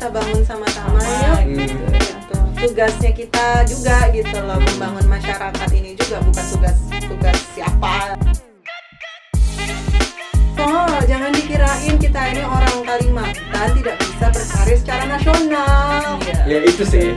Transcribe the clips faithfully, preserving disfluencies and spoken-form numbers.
kita bangun sama-sama yuk. Hmm. Gitu. Tugasnya kita juga gitu loh, membangun masyarakat ini juga bukan tugas tugas siapa. Oh, jangan dikirain kita ini orang Kalimantan tidak bisa berkarir secara nasional. Iya. Ya itu sih.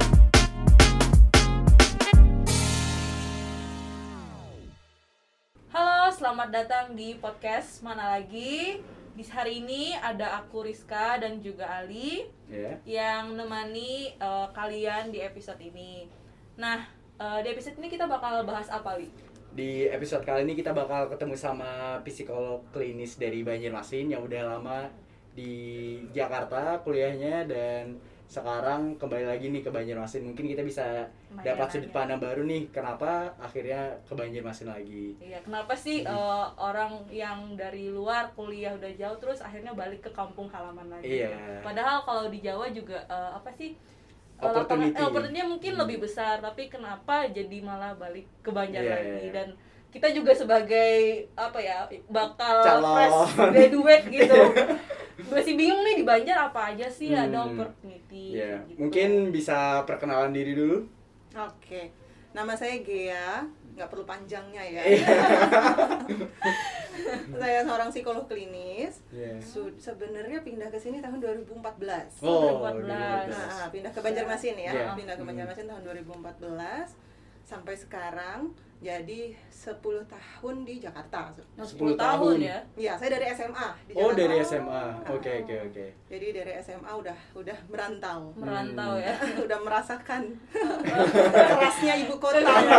Halo, selamat datang di podcast Mana Lagi. Di hari ini ada aku Rizka dan juga Ali Yeah. yang nemani uh, kalian di episode ini. Nah, uh, di episode ini kita bakal bahas apa, Li? Di episode kali ini kita bakal ketemu sama psikolog klinis dari Banjarmasin yang udah lama di Jakarta kuliahnya dan sekarang kembali lagi nih ke Banjarmasin. Mungkin kita bisa Lumayan dapat sudut nanya. pandang baru nih kenapa akhirnya ke Banjarmasin lagi. Iya, kenapa sih Hmm. uh, orang yang dari luar kuliah udah jauh terus akhirnya balik ke kampung halaman lagi? Iya. Padahal kalau di Jawa juga uh, apa sih? uh, Opportunity. lapangan- eh, opportunity-nya mungkin Hmm. lebih besar, tapi kenapa jadi malah balik ke Banjar Iya, lagi? iya, iya. Dan kita juga sebagai apa ya bakal Calon. fresh graduate gitu masih bingung nih di Banjar apa aja sih Hmm. ada opportunity Iya. gitu. Mungkin bisa perkenalan diri dulu. Oke, nama saya Gea, nggak perlu panjangnya ya. Saya seorang psikolog klinis. Iya. Su- sebenarnya pindah ke sini tahun dua ribu empat belas. Oh, dua ribu empat belas. Nah, pindah ke Banjarmasin ya, Iya. pindah ke Hmm. Banjarmasin tahun dua ribu empat belas sampai sekarang, jadi sepuluh tahun di Jakarta. Nah, sepuluh sepuluh tahun tahun. ya. Iya, saya dari S M A di Oh, Jakarta. dari S M A. Oke, oke, oke. Jadi dari S M A udah udah merantau. Merantau ya. Udah merasakan kerasnya ibu kota.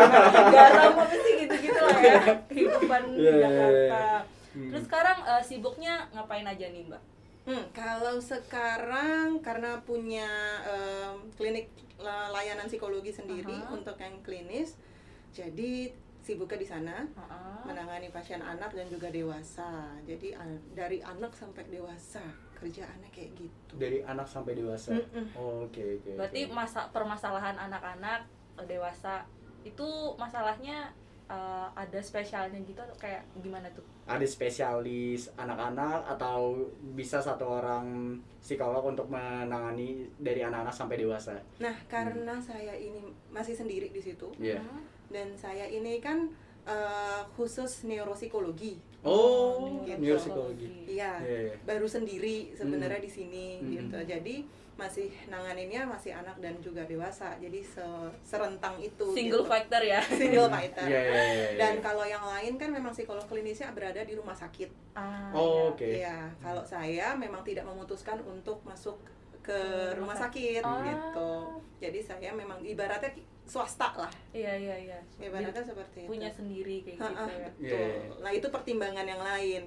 Garam apa sih gitu-gitu lah ya kehidupan di Iya, iya, Jakarta. iya. Hmm. Terus sekarang eh, sibuknya ngapain aja nih, Mbak? Hmm, kalau sekarang karena punya em, klinik la- layanan psikologi sendiri Aha. untuk yang klinis, jadi sibuknya di sana Heeh. menangani pasien anak dan juga dewasa. Jadi an- dari anak sampai dewasa kerjaannya kayak gitu. Dari anak sampai dewasa. Mm-mm. Oh, oke, oke. Berarti oke. masa permasalahan anak-anak eh, dewasa itu masalahnya eh, ada spesialnya gitu atau kayak gimana tuh? Ada spesialis anak-anak atau bisa satu orang psikolog untuk menangani dari anak-anak sampai dewasa. Nah, karena saya ini masih sendiri di situ Iya. Hmm. dan saya ini kan eh, khusus neuropsikologi. Oh, gitu. neuropsikologi. Iya, Iya, iya. baru sendiri sebenarnya Mm. di sini Mm. gitu. Jadi masih nanganinnya masih anak dan juga dewasa. Jadi se- serentang itu. Single gitu. fighter ya. Single fighter. Iya, iya, iya, iya. Dan kalau yang lain kan memang psikolog klinisnya berada di rumah sakit. Ah, Oh, iya. oke. Iya, kalau saya memang tidak memutuskan untuk masuk ke Ke rumah rumah sakit Ah. gitu. Jadi saya memang ibaratnya swasta lah. Iya, iya, iya. Ibaratnya seperti itu. Punya sendiri kayak Ha-ha, gitu ya. betul. Iya. Nah, itu pertimbangan yang lain.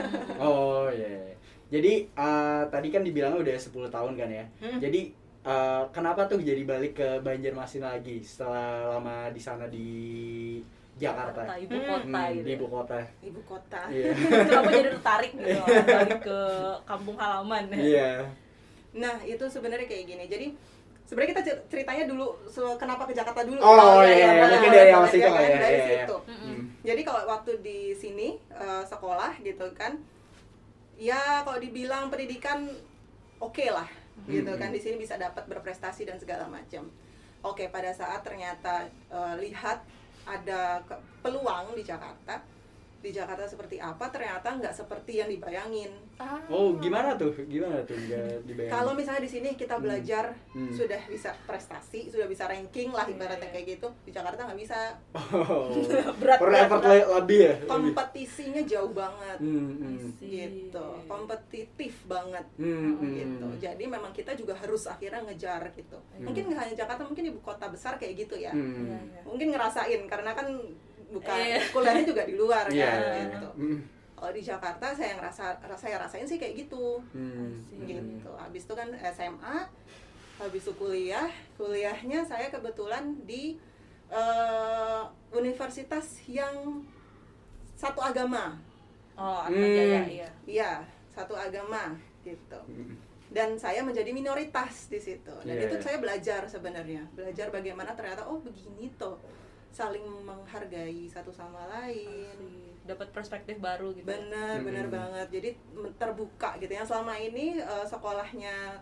Oh, iya. iya. Jadi uh, tadi kan dibilangnya udah sepuluh tahun kan ya. Hmm. Jadi uh, kenapa tuh jadi balik ke Banjarmasin lagi setelah lama di sana di Jakarta? ibu Hmm. kota Hmm, gitu. di ya. ibu kota. Ibu kota. Iya. Kenapa jadi tertarik gitu balik ke kampung halaman ya? Iya. Nah, itu sebenarnya kayak gini. Jadi sebenarnya kita cer- ceritanya dulu so, kenapa ke Jakarta dulu. Oh, ya, iya, ya, iya. boleh, Mungkin boleh, dari awal boleh, situ ya lah kan? ya. Dari Iya, iya. situ. Mm-mm. Hmm. Jadi kalau waktu di sini eh, sekolah gitu kan, ya kalau dibilang pendidikan oke lah, gitu kan. Hmm. Di sini bisa dapat berprestasi dan segala macam. Oke, pada saat ternyata eh, lihat ada ke- peluang di Jakarta, di Jakarta seperti apa, ternyata nggak seperti yang dibayangin. Ah. Oh, gimana tuh? Gimana tuh nggak dibayangin? Kalau misalnya di sini kita Hmm. belajar Hmm. sudah bisa prestasi, sudah bisa ranking lah Iya, ibaratnya iya. kayak gitu, di Jakarta nggak bisa. Oh. Berat, Perlu berat, effort berat. le- lebih ya? Lebih. Kompetisinya jauh banget. Hmm, hmm. Gitu, kompetitif banget Hmm, hmm. gitu. Jadi memang kita juga harus akhirnya ngejar gitu. Mungkin nggak hanya Jakarta, mungkin ibu kota besar kayak gitu ya. Hmm. Iya, iya. Mungkin ngerasain karena kan bukan Iya. kuliahnya juga di luar Iya, kan iya, gitu. Hmm. Kalau di Jakarta saya ngerasa saya rasain sih kayak gitu. Hmm. Gitu. Habis itu kan S M A, habis itu kuliah, kuliahnya saya kebetulan di eh, universitas yang satu agama. Oh, Hmm. Atmajaya, iya. Iya, satu agama gitu. Hmm. Dan saya menjadi minoritas di situ. Dan Iya, itu iya. saya belajar sebenarnya. Belajar bagaimana ternyata oh begini toh. Saling menghargai satu sama lain. Dapat perspektif baru gitu. Benar, Hmm. benar banget. Jadi men- terbuka gitu. Yang selama ini eh, sekolahnya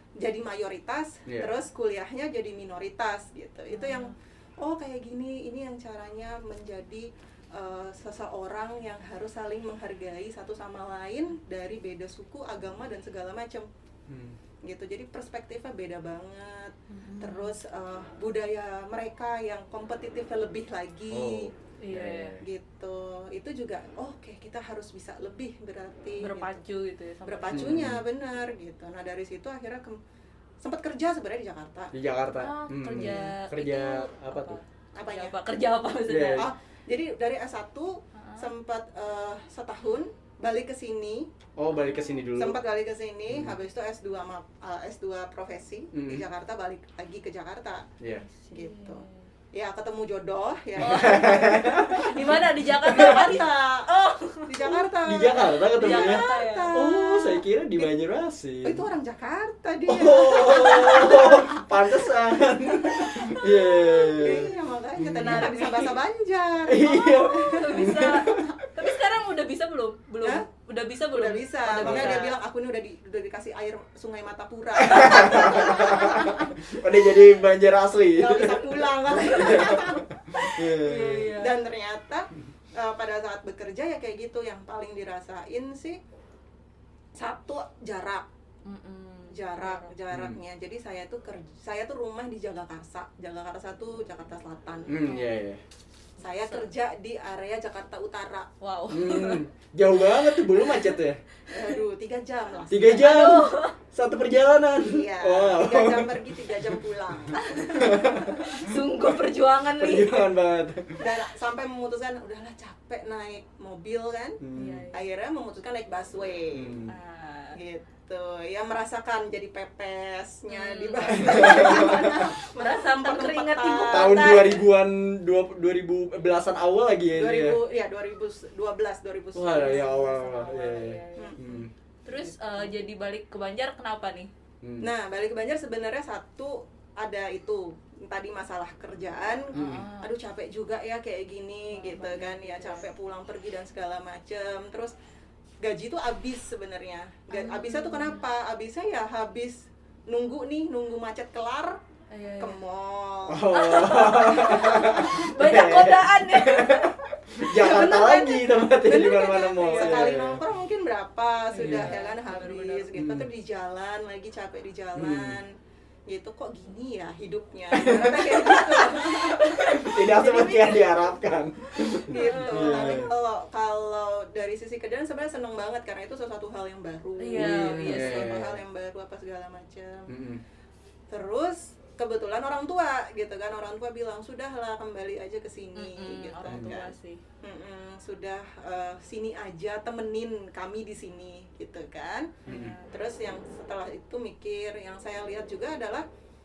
jadi mayoritas, yeah. terus kuliahnya jadi minoritas gitu. Itu yang oh kayak gini, ini yang caranya menjadi uh, seseorang yang harus saling menghargai satu sama lain dari beda suku, agama dan segala macam. Hmm. Gitu. Jadi perspektifnya beda banget. Hmm. Terus uh, budaya mereka yang kompetitifnya lebih lagi. Oh. Iya, gitu. Itu juga, oh, oke okay, kita harus bisa lebih berarti. Berpacu gitu, gitu ya. Berpacunya hmm. benar gitu. Nah dari situ akhirnya ke, sempat kerja sebenarnya di Jakarta. Di Jakarta. Oh, hmm. kerja. Kerja itu apa, apa tuh? Apanya? Apa? Kerja apa maksudnya? Yeah. Oh, jadi dari S satu uh-huh. sempat uh, setahun balik ke sini. Oh, balik ke sini dulu. Sempat balik ke sini, hmm. habis itu S dua uh, S dua profesi hmm. di Jakarta, balik lagi ke Jakarta. Iya. Yeah. Gitu. Ya ketemu jodoh ya. Oh. Di mana? Di Jakarta? Di Jakarta. Oh, di Jakarta. Di Jakarta ketemunya. Di Jakarta, ya? Oh, saya kira di Banyumasin. Oh, itu orang Jakarta dia. Oh, pantesan. Iya. Iya, makanya kita nggak bisa bahasa Banjar. Iya. Oh, bisa. Tapi sekarang udah bisa belum? Belum. Hah? Udah bisa belum? Udah bisa. Oh, Makanya bisa. dia bilang aku ini udah di, udah dikasih air Sungai Matapura. Udah jadi Banjar asli. Gak bisa pulang kan. Yeah. Yeah. Dan ternyata uh, pada saat bekerja ya kayak gitu, yang paling dirasain sih satu jarak. Mm-mm. Jarak, jaraknya. Hmm. Jadi saya tuh kerja, saya tuh rumah di Jagakarsa. Jagakarsa tuh Jakarta Selatan. Hmm, iya iya. Saya kerja di area Jakarta Utara. Wow. Hmm, jauh banget tuh, belum macet ya? Aduh, tiga jam lah. Tiga jam? Satu perjalanan? Iya, wow. tiga jam pergi, tiga jam pulang. Sungguh perjuangan nih. Perjuangan banget. Dan sampai memutuskan, udahlah capek naik mobil kan. Hmm. Akhirnya memutuskan naik busway. Hmm. Ah. Gitu. Ya merasakan jadi pepesnya Hmm. di busway. Merasa berkeringat ibu kota. Tahun dua ribuan, dua ribu belasan awal lagi ya? dua ribu, ya dua ribu dua belas, dua ribu sebelas. Wah, ya awal awal. Awal, Ya, iya, iya. Hmm. Terus uh, jadi balik ke Banjar kenapa nih? Hmm. Nah, balik ke Banjar sebenarnya satu ada itu tadi masalah kerjaan. Hmm. Aduh capek juga ya kayak gini Oh, gitu banyak kan. Ya juga. capek pulang pergi dan segala macem. Terus gaji tuh habis sebenarnya. Ga- Hmm. Habisnya tuh kenapa? Habisnya ya habis nunggu nih, nunggu macet kelar Ah, iya, iya. ke mall. Oh. Banyak godaan ya. Jakarta Bener, lagi tempatnya di Bener kan mana-mana ya? mau. Sekali Iya, iya. nongkrong mungkin berapa sudah Iya. ya kan habis Bener-bener. gitu. Hmm. Terus di jalan lagi capek di jalan. Gitu kok gini ya hidupnya. Ternyata kayak gitu. Tidak seperti yang diharapkan. Gitu. Iya. Tapi kalau kalau dari sisi kerjaan sebenarnya seneng banget karena itu sesuatu hal yang baru. Iya, iya Sesuatu sih. hal yang baru apa segala macam. Mm-mm. Terus kebetulan orang tua gitu kan, orang tua bilang sudahlah kembali aja ke sini Mm-mm, gitu orang tua kan. sih. Mm-mm, sudah uh, sini aja temenin kami di sini gitu kan. Mm-mm. Terus yang setelah itu mikir, yang saya lihat juga adalah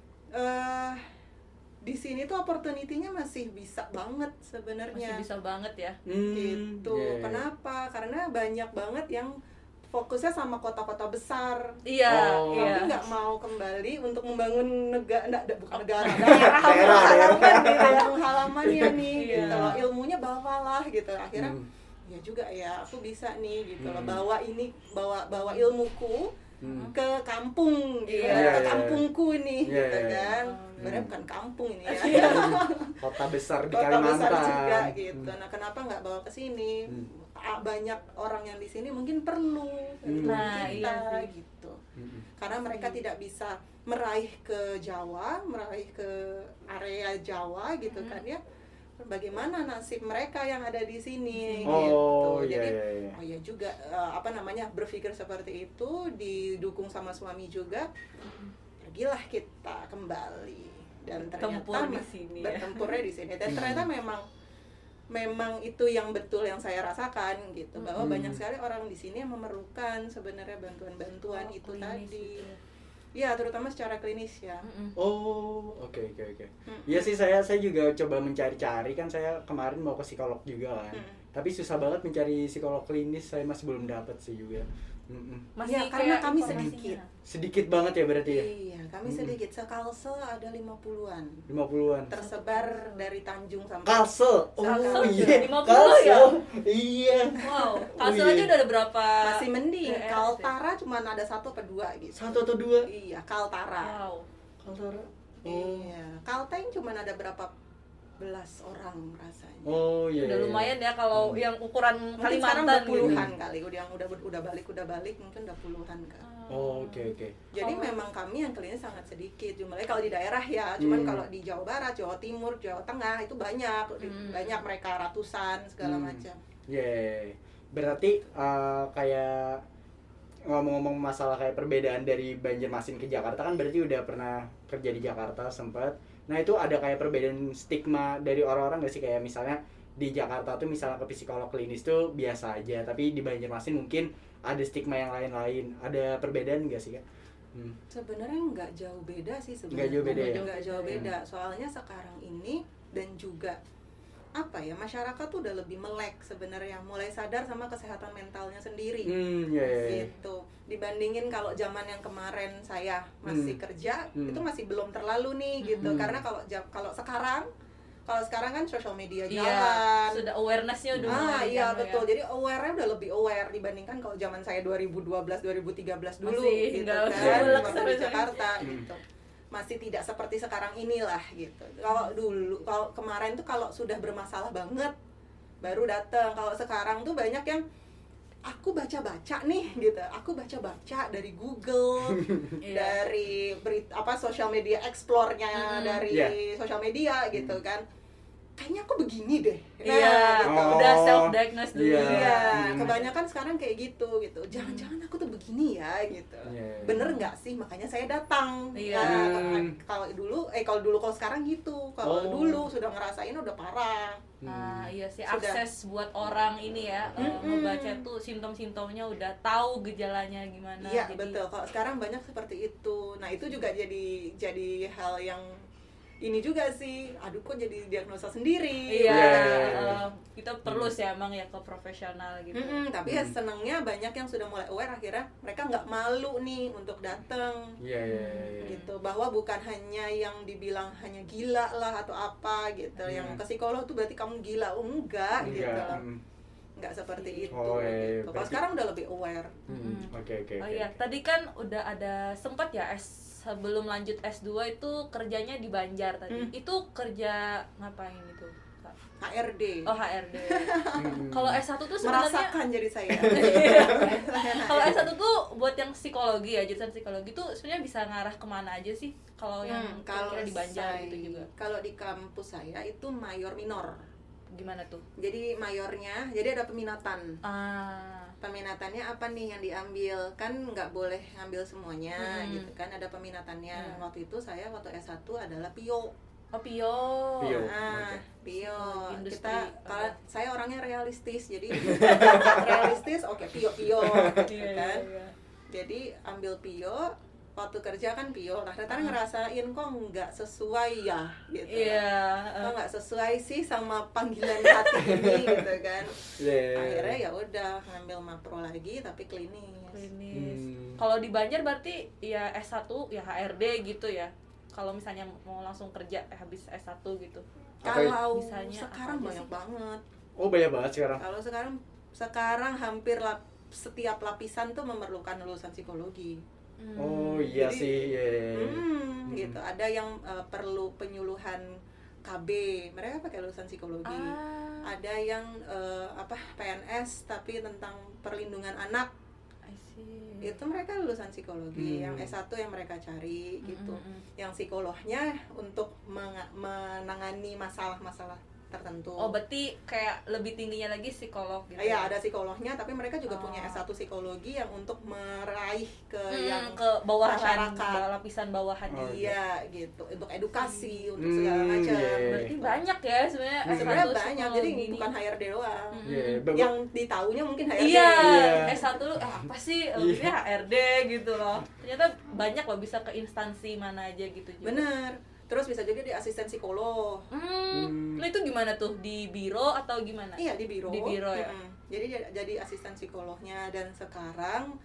uh, di sini tuh opportunity-nya masih bisa banget Masih sebenarnya. bisa banget ya. Hmm, Gitu. iya, iya. Kenapa? Karena banyak banget yang fokusnya sama kota-kota besar. Iya, Oh. iya. Tapi nggak mau kembali untuk membangun negara, enggak, bukan negara, Daerah Daerah, halaman daerah. gitu ya. kampung halamannya nih, Iya. gitu loh. Ilmunya bawalah gitu. Akhirnya, Hmm. ya juga ya, aku bisa nih gitu loh. Hmm. Bawa ini, bawa bawa ilmuku Hmm. ke kampung gitu, Iya, ke iya. kampungku nih, Iya, gitu iya. kan. Oh, Sebenarnya Hmm. bukan kampung ini ya. Kota besar di Kota besar Kalimantan. juga gitu. Hmm. Nah, kenapa nggak bawa ke sini? Hmm. A- Banyak orang yang di sini mungkin perlu Hmm. Nah, kita iya sih. gitu. Hmm. Karena mereka tidak bisa meraih ke Jawa, meraih ke area Jawa gitu Hmm. kan ya. Bagaimana nasib mereka yang ada di sini Oh, gitu. iya, Jadi iya, iya. oh ya juga eh, apa namanya berpikir seperti itu, didukung sama suami juga. Pergilah kita kembali dan ternyata Tempur di ma- sini ya. bertempurnya di sini dan Hmm. ternyata memang memang itu yang betul yang saya rasakan gitu, bahwa Hmm. banyak sekali orang di sini yang memerlukan sebenarnya bantuan-bantuan Oh, itu klinis tadi. gitu ya. Ya, terutama secara klinis ya. Mm-mm. Oh, oke oke oke. Mm. Iya sih, saya saya juga coba mencari-cari, kan saya kemarin mau ke psikolog juga kan. Mm. Tapi susah banget mencari psikolog klinis, saya masih belum dapat sih juga. Mm-mm. Masih Iya, karena kayak kami informasinya. sedikit. Sedikit banget ya berarti ya? Iya, kami Hmm. sedikit. Sekalsel ada lima puluhan. lima puluhan. Tersebar dari Tanjung sampai Kalsel. Oh Kalsel iya. lima puluh ya? Iya. Wow, Oh, Kalsel iya. aja udah ada berapa? masih mending. daerah Kaltara cuma ada satu apa dua gitu. Satu atau dua? Iya, sih? Kaltara. Wow. Kaltara. Oh. Iya, Kalteng cuma ada berapa belas orang rasanya. Oh iya. Udah iya. lumayan ya kalau Hmm. yang ukuran Mungkin sekarang udah Kalimantan gitu. puluhan kali, udah yang udah udah balik udah balik mungkin udah puluhan kan. Oh, oke oke. Jadi Kalau- memang kami yang klinis sangat sedikit jumlahnya kalau di daerah ya. Cuman Hmm. kalau di Jawa Barat, Jawa Timur, Jawa Tengah itu banyak, Hmm. banyak mereka ratusan segala Hmm. macam. Yeah. Berarti uh, kayak ngomong-ngomong masalah kayak perbedaan dari Banjarmasin ke Jakarta kan berarti udah pernah kerja di Jakarta sempat. Nah itu ada kayak perbedaan stigma dari orang-orang nggak sih, kayak misalnya di Jakarta tuh misalnya ke psikolog klinis tuh biasa aja, tapi di Banjarmasin mungkin ada stigma yang lain-lain. Ada perbedaan nggak sih Kak? Hmm. Sebenarnya nggak jauh beda sih sebenarnya. Nggak jauh beda ya? Nggak jauh beda. Soalnya sekarang ini dan juga apa ya, masyarakat tuh udah lebih melek sebenarnya, mulai sadar sama kesehatan mentalnya sendiri. Hmm, ya, ya, ya. Gitu. Dibandingin kalau zaman yang kemarin saya masih Hmm. kerja, Hmm. itu masih belum terlalu nih gitu. Hmm. Karena kalau jam- kalau sekarang kalau sekarang kan sosial media Iya, jalan. sudah awareness-nya udah Ah mulai iya anu betul. ya. Jadi aware-nya udah lebih aware dibandingkan kalau zaman saya dua ribu dua belas dua ribu tiga belas dulu Masih gitu nggak kan belak waktu di sebenarnya. Jakarta Hmm. gitu. Masih tidak seperti sekarang inilah gitu. Kalau dulu kalau kemarin tuh kalau sudah bermasalah banget baru datang. Kalau sekarang tuh banyak yang aku baca-baca nih gitu. Aku baca-baca dari Google, Iya. dari berita apa sosial media explore-nya Mm-mm. dari Iya. sosial media gitu kan. Kayaknya aku begini deh. Iya, gitu. Oh. udah self diagnose dulu. Iya. Iya, Hmm. kebanyakan sekarang kayak gitu gitu. Jangan-jangan aku tuh begini ya gitu. Iya. Bener nggak sih? Makanya saya datang. Iya. Nah, Hmm. kalau dulu, eh kalau dulu kalau sekarang gitu. Kalau Oh. dulu sudah ngerasain udah parah. Nah, iya sih, Sudah. akses buat orang ini ya, eh, Mm-mm. ngebaca tuh simptom-simptomnya udah tahu gejalanya gimana. Iya jadi- betul. Kalau sekarang banyak seperti itu. Nah itu juga jadi jadi hal yang ini juga sih. Aduh kok jadi diagnosa sendiri. Iya, Iya. eh, kita perlu sih emang ya ke profesional gitu. Mm-mm, tapi ya Hmm. senangnya banyak yang sudah mulai aware, akhirnya mereka nggak malu nih untuk datang. Iya, iya, iya, iya. Gitu, bahwa bukan hanya yang dibilang hanya gila lah atau apa gitu, yang Hmm. ke psikolog tuh berarti kamu gila. Oh, enggak gitu Enggak. loh. Hmm. Enggak seperti itu Oh, iya, iya. gitu. Kalau Berarti- sekarang udah lebih aware. Hmm. Mm-mm. Oke, oke, Oh oke. iya, tadi kan udah ada sempat ya S sebelum lanjut S dua itu kerjanya di Banjar tadi. Hmm. Itu kerja ngapain itu, Kak? H R D. Oh, H R D. Hmm. Kalau S satu tuh sebenarnya Merasakan jadi saya. kalau S satu tuh buat yang psikologi ya, jurusan psikologi tuh sebenarnya bisa ngarah kemana aja sih? Kalau yang Hmm, kalau kira-kira di Banjar saya- gitu juga. Kalau di kampus saya itu mayor minor. Gimana tuh? Jadi mayornya, jadi ada peminatan. Ah, Peminatannya apa nih yang diambil? Kan nggak boleh ngambil semuanya Hmm. gitu kan, ada peminatannya. Hmm. Waktu itu saya waktu S satu adalah P I O. oh Pio. Pio. Nah, oke. Pio. Industri, Kita oke. kalau saya orangnya realistis, jadi realistis, oke Pio Pio gitu Iya, kan. iya, iya. Jadi ambil Pio, waktu kerja kan Pio. Nah, ternyata Ah. ngerasain kok nggak sesuai ya gitu. Iya. Kok nggak sesuai sih sama panggilan hati ini gitu kan. Iya. Akhirnya ya udah ngambil mapro lagi tapi klinis. Klinis. Hmm. Kalau di Banjar berarti ya S satu ya H R D gitu ya. Kalau misalnya mau langsung kerja eh, habis S satu gitu. Apa ya? Kalau Misalnya sekarang apa aja banyak sih? banget. Oh, banyak banget sekarang. Kalau sekarang sekarang hampir lap, setiap lapisan tuh memerlukan lulusan psikologi. Hmm. Oh iya Jadi- sih, iya. iya, iya. Hmm, Hmm. gitu. Ada yang uh, perlu penyuluhan K B, mereka pakai lulusan psikologi. Ah, Ada yang uh, apa P N S tapi tentang perlindungan anak, I see. itu mereka lulusan psikologi. Hmm. Yang S satu yang mereka cari Mm, gitu. mm, mm. Yang psikolognya untuk menga- menangani masalah-masalah tertentu. Oh, berarti kayak lebih tingginya lagi psikolog gitu. Iya, ada psikolognya, tapi mereka juga punya Oh. S satu psikologi yang untuk meraih ke Hmm, yang ke bawahan, masyarakat. lapisan bawahan. Oh, iya gitu, untuk edukasi, untuk Hmm, segala macam. iya. Berarti banyak ya sebenarnya. Hmm. S Sebenarnya satu banyak, psikologi jadi ini. bukan H R D doang. Hmm. Iya, bagus. Yang ditaunya mungkin H R D. Iya, Iya. S satu lu eh, apa sih? Iya. Lebihnya H R D gitu loh. Ternyata banyak loh, bisa ke instansi mana aja gitu juga. Bener. Terus bisa juga di asisten psikolog. Hmm. Hmm. Nah, itu gimana tuh? Di biro atau gimana? Iya di biro. Di biro ya? Mm-mm. Jadi jadi- jadi asisten psikolognya, dan sekarang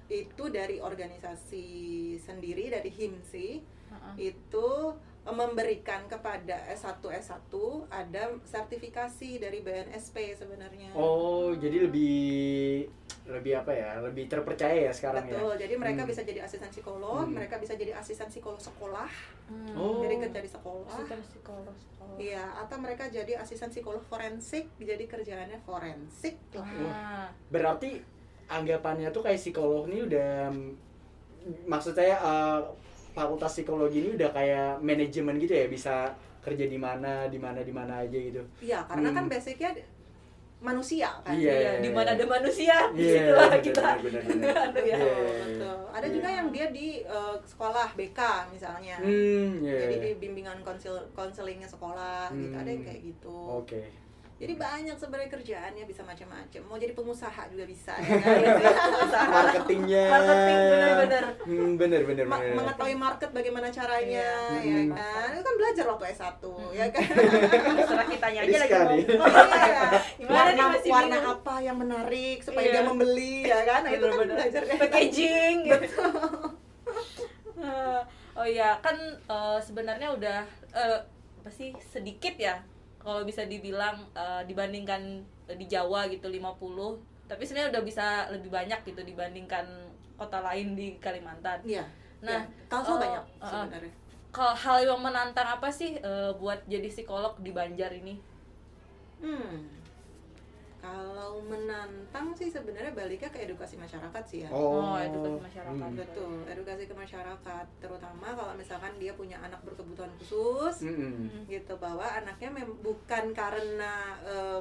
itu dari organisasi sendiri, dari HIMSI, Uh-uh. itu memberikan kepada S satu S satu ada sertifikasi dari B N S P sebenarnya. Oh, jadi lebih lebih apa ya? Lebih terpercaya ya sekarang. Betul, ya. jadi mereka Hmm. bisa jadi asisten psikolog, Hmm. mereka bisa jadi asisten psikolog sekolah, Hmm. Oh. jadi kerja di sekolah. Asisten psikolog sekolah. Iya, atau mereka jadi asisten psikolog forensik, jadi kerjaannya forensik lah. Ah. Berarti anggapannya tuh kayak psikolog nih udah, maksud saya uh, fakultas psikologi ini udah kayak manajemen gitu ya, bisa kerja di mana, di mana, di mana aja gitu. Iya, karena Hmm. kan basicnya manusia kan. Iya. Iya, di mana ada manusia, di Iya, situlah benar, kita. benar, benar, benar. Aduh ya. Iya. Betul. Ada Iya. juga yang dia di uh, sekolah B K misalnya. Hmm, iya. Jadi di bimbingan konsel konselingnya sekolah gitu, Hmm. ada yang kayak gitu. Oke. Jadi banyak sebenarnya kerjaannya, bisa macam-macam. Mau jadi pengusaha juga bisa ya kan? Marketingnya. Marketing benar-benar. Hmm, bener, bener, Ma- bener. mengetahui market bagaimana caranya, Iya. ya Hmm. kan? Itu kan belajar waktu S satu, Hmm. ya kan? Terserah kitanya aja lagi Rizka mau. nih. Iya. Gimana warna, nih masih warna bingung. apa yang menarik supaya Iya. dia membeli, ya kan? Nah, itu kan Bener-bener. belajar kayak Packaging gitu. Eh, oh iya, kan eh, sebenarnya udah eh, apa sih sedikit ya kalau bisa dibilang eh, dibandingkan di Jawa gitu lima puluh, tapi sebenarnya udah bisa lebih banyak gitu dibandingkan kota lain di Kalimantan. Iya. Nah, ya. Kalsel oh, banyak uh, sebenarnya. Kalau hal yang menantang apa sih eh, buat jadi psikolog di Banjar ini? Hmm. Kalau menantang sih sebenarnya baliknya ke edukasi masyarakat sih ya. Oh, edukasi masyarakat. Hmm. Betul, edukasi ke masyarakat, terutama kalau misalkan dia punya anak berkebutuhan khusus, Mm-mm. gitu, bahwa anaknya mem- bukan karena em,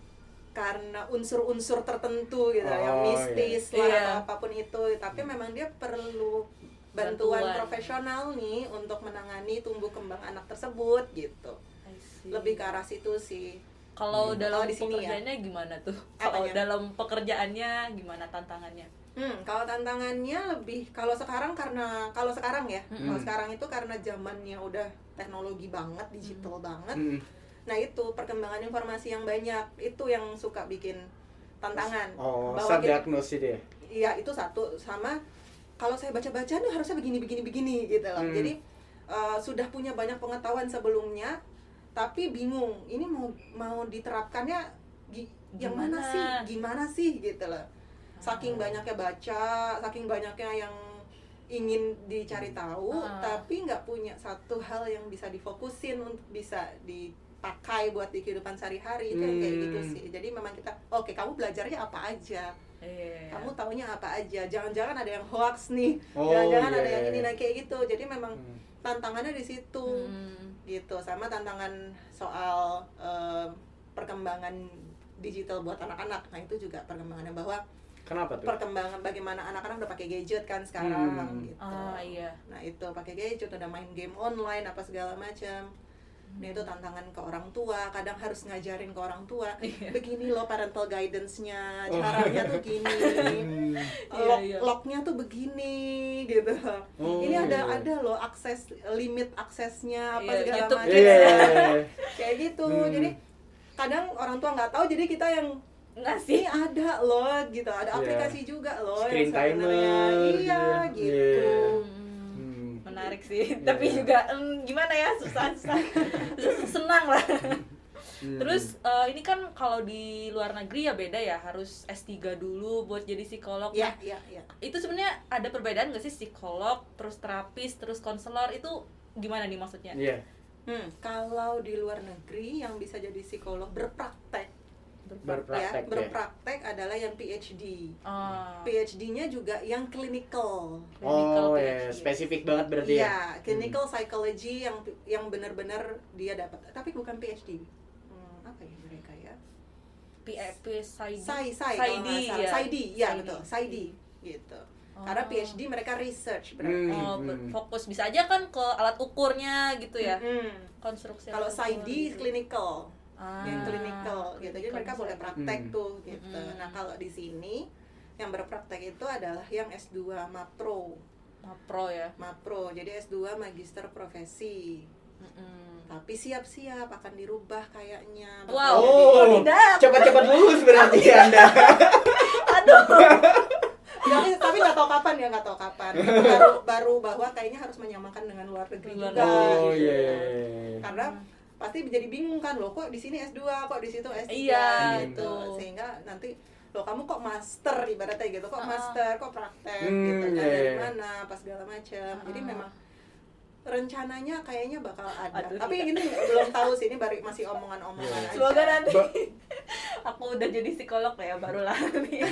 karena unsur-unsur tertentu gitu, Oh, yang mistis lah iya. atau apapun itu, tapi memang dia perlu bantuan, Bantuan. profesional nih untuk menangani tumbuh kembang anak tersebut gitu. I see. Lebih ke arah situ sih. Kalau Hmm. dalam Kalau di sini ya? pekerjaannya gimana tuh? Kalau Apanya? dalam pekerjaannya gimana tantangannya? Hmm, kalau tantangannya lebih, kalau sekarang karena kalau sekarang ya, Mm-mm. kalau sekarang itu karena zamannya udah teknologi banget, digital banget. Mm-mm. Nah, itu perkembangan informasi yang banyak itu yang suka bikin tantangan. Oh, Bahwa kita- self-diagnosis itu ya? Iya, itu satu, sama kalau saya baca-baca nih harusnya begini begini begini gitu loh. Hmm. Jadi uh, sudah punya banyak pengetahuan sebelumnya, tapi bingung ini mau mau diterapkannya gi- yang mana Gimana? sih, gimana sih gitu loh. Saking Oh. banyaknya baca, saking banyaknya yang ingin dicari tahu, Ah. tapi nggak punya satu hal yang bisa difokusin untuk bisa dipakai buat di kehidupan sehari-hari, itu yang kayak gitu Hmm. sih. Jadi memang kita, oke, kamu belajarnya apa aja, Iya. kamu taunya apa aja, jangan-jangan ada yang hoax nih, Oh, jangan-jangan ada iya. yang ini, nah kayak gitu. Jadi memang Hmm. tantangannya di situ, Hmm. gitu. Sama tantangan soal eh, perkembangan digital buat anak-anak. Nah, itu juga perkembangannya, bahwa Kenapa tuh? perkembangan bagaimana anak-anak udah pakai gadget kan sekarang, Hmm. gitu. Ah, iya. Nah, itu pakai gadget, udah main game online apa segala macam. Nah, itu tantangan ke orang tua, kadang harus ngajarin ke orang tua, Iya. begini loh parental guidance-nya, Oh. caranya tuh gini, Hmm. lock, Iya, iya. locknya tuh begini, gitu. Oh, Ini ada iya. ada loh akses, limit aksesnya apa Iya, segala YouTube macam, Iya, iya, iya. kayak gitu. Hmm. Jadi kadang orang tua nggak tahu, jadi kita yang Ngasih. ini ada loh, gitu, ada Iya. aplikasi juga loh Screen yang sebenarnya, timer, iya, gitu gitu. ya. Hmm. Hmm. Menarik sih, Iya. tapi juga em, gimana ya, susah-susah. Senang lah. Hmm. Terus eh, ini kan kalau di luar negeri ya beda ya, harus S tiga dulu buat jadi psikolog. Iya, Nah, iya, iya. itu sebenarnya ada perbedaan nggak sih psikolog, terus terapis, terus konselor, itu gimana nih maksudnya? Iya. Hmm, kalau di luar negeri yang bisa jadi psikolog berpraktek, Berpraktek, ya, ya. berpraktek adalah yang P H D. Ah, P H D-nya juga yang clinical. clinical Oh, P H D. ya, spesifik banget berarti ya. Iya, clinical psychology yang yang benar-benar dia dapat. Tapi bukan P H D. Hmm, apa ya mereka ya? P E P, S I D. Sai, sai, S I D, kalau nggak salah. ya. S I D, ya S I D. betul, S I D, gitu. Oh. Karena P H D mereka research berarti. Hmm. Oh, ber- fokus bisa aja kan ke alat ukurnya gitu ya. Mm-mm. Konstruksi. Kalau alat S I ukur D gitu. clinical. Ah, Yang clinical gitu. Jadi mereka boleh praktek Hmm. tuh gitu. Mm-mm. Nah, kalau di sini yang berpraktek itu adalah yang S dua MAPRO. Mapro ya. MAPRO. Jadi S dua magister profesi. Mm-mm. Tapi siap-siap akan dirubah kayaknya. Wow. Oh, tidak. cepat-cepat lulus berarti Anda. Aduh. Tapi, tapi nggak tahu kapan ya, nggak tahu kapan. Baru baru bahwa kayaknya harus menyamakan dengan luar negeri Luar juga. negeri. Oh gitu iya. kan. iya, iya. Karena pasti jadi bingung kan, loh kok di sini S dua, kok di situ S tiga Iya, gitu. betul. Sehingga nanti loh kamu kok master ibaratnya gitu, kok Ah. master, kok praktek Hmm, gitu kan, iya, dari iya. mana, pas segala macam. Jadi Ah. memang rencananya kayaknya bakal ada. Aduh, Tapi iya. ini belum tahu sih, ini baru masih omongan-omongan Iya. aja. Semoga nanti Ba- aku udah jadi psikolog ya barulah nih.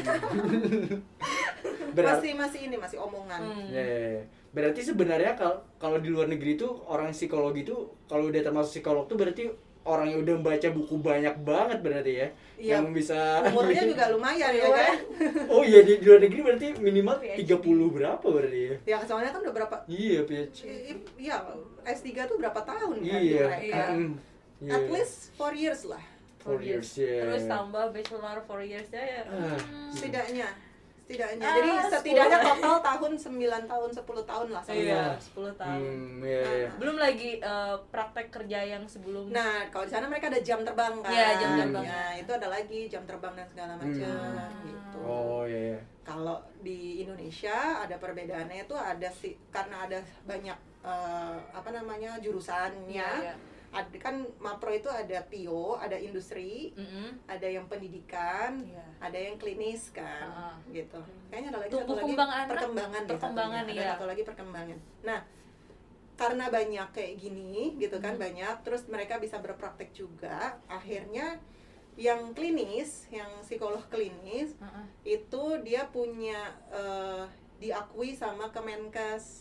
Berarti masih masih ini masih omongan. Hmm. ya, ya, ya. Berarti sebenarnya kalau kalau di luar negeri tuh orang psikologi tuh kalau udah termasuk psikolog tuh berarti orang yang udah membaca buku banyak banget berarti ya. Iya. Yang bisa Umurnya juga lumayan ya kan. Oh iya di luar negeri berarti minimal P H D. tiga puluh berapa berarti ya? Ya soalnya kan udah berapa Iya, P H D. i- iya S tiga tuh berapa tahun kan Iya. di mereka. Iya. Mm. Iya. At least four years lah four years ya. Terus tambah bachelor four years ya. ya. Ah. Hmm. setidaknya. Setidaknya. Ah, Jadi setidaknya sepuluh. total tahun sembilan tahun, sepuluh tahun lah sama. Iya, sepuluh tahun. Hmm, iya, iya. Belum lagi eh, praktek kerja yang sebelum. Nah, kalau di sana mereka ada jam terbang kan. Iya, jam terbang. Ya, itu ada lagi jam terbang dan segala macam Hmm. gitu. Oh iya. iya. Kalau di Indonesia ada perbedaannya itu ada sih karena ada banyak eh, apa namanya jurusannya. Iya, iya. Ada kan Mapro itu ada P O, ada industri, Mm-mm. ada yang pendidikan, Iya. ada yang klinis kan, Ah. gitu. Kayaknya ada lagi Tumbuh satu lagi kembang anak, perkembangan deh perkembangan, satunya. iya. Ada satu lagi perkembangan. Nah, karena banyak kayak gini gitu kan, Hmm. banyak terus mereka bisa berpraktek juga, akhirnya yang klinis, yang psikolog klinis Uh-uh. itu dia punya eh, diakui sama Kemenkes.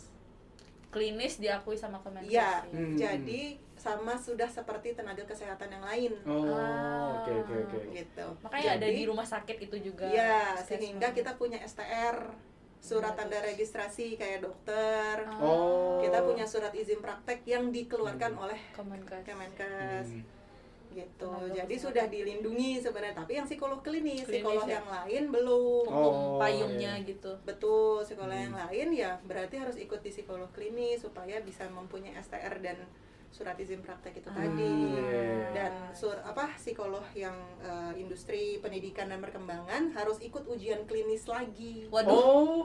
Klinis diakui sama Kemenkes. Iya, ya. Hmm. jadi sama sudah seperti tenaga kesehatan yang lain Oh, Ah. oke oke oke. gitu. Makanya ada Jadi, di rumah sakit itu juga. iya, puskesmas. sehingga kita punya S T R, surat Bagus. tanda registrasi kayak dokter. Ah, Oh. Kita punya surat izin praktek yang dikeluarkan Hmm. oleh Kemenkes. Kemenkes. Hmm. Gitu. Tenaga Jadi kesehatan. sudah dilindungi sebenarnya, tapi yang psikolog klinis, Klinis, psikolog ya. yang lain belum. Hukum Oh, payungnya iya. gitu. Betul, psikolog Hmm. yang lain ya berarti harus ikut di psikolog klinis supaya bisa mempunyai S T R dan surat izin praktek itu Ah. tadi. iya. Dan sur apa psikolog yang eh, industri pendidikan dan perkembangan harus ikut ujian klinis lagi. Waduh. Oh.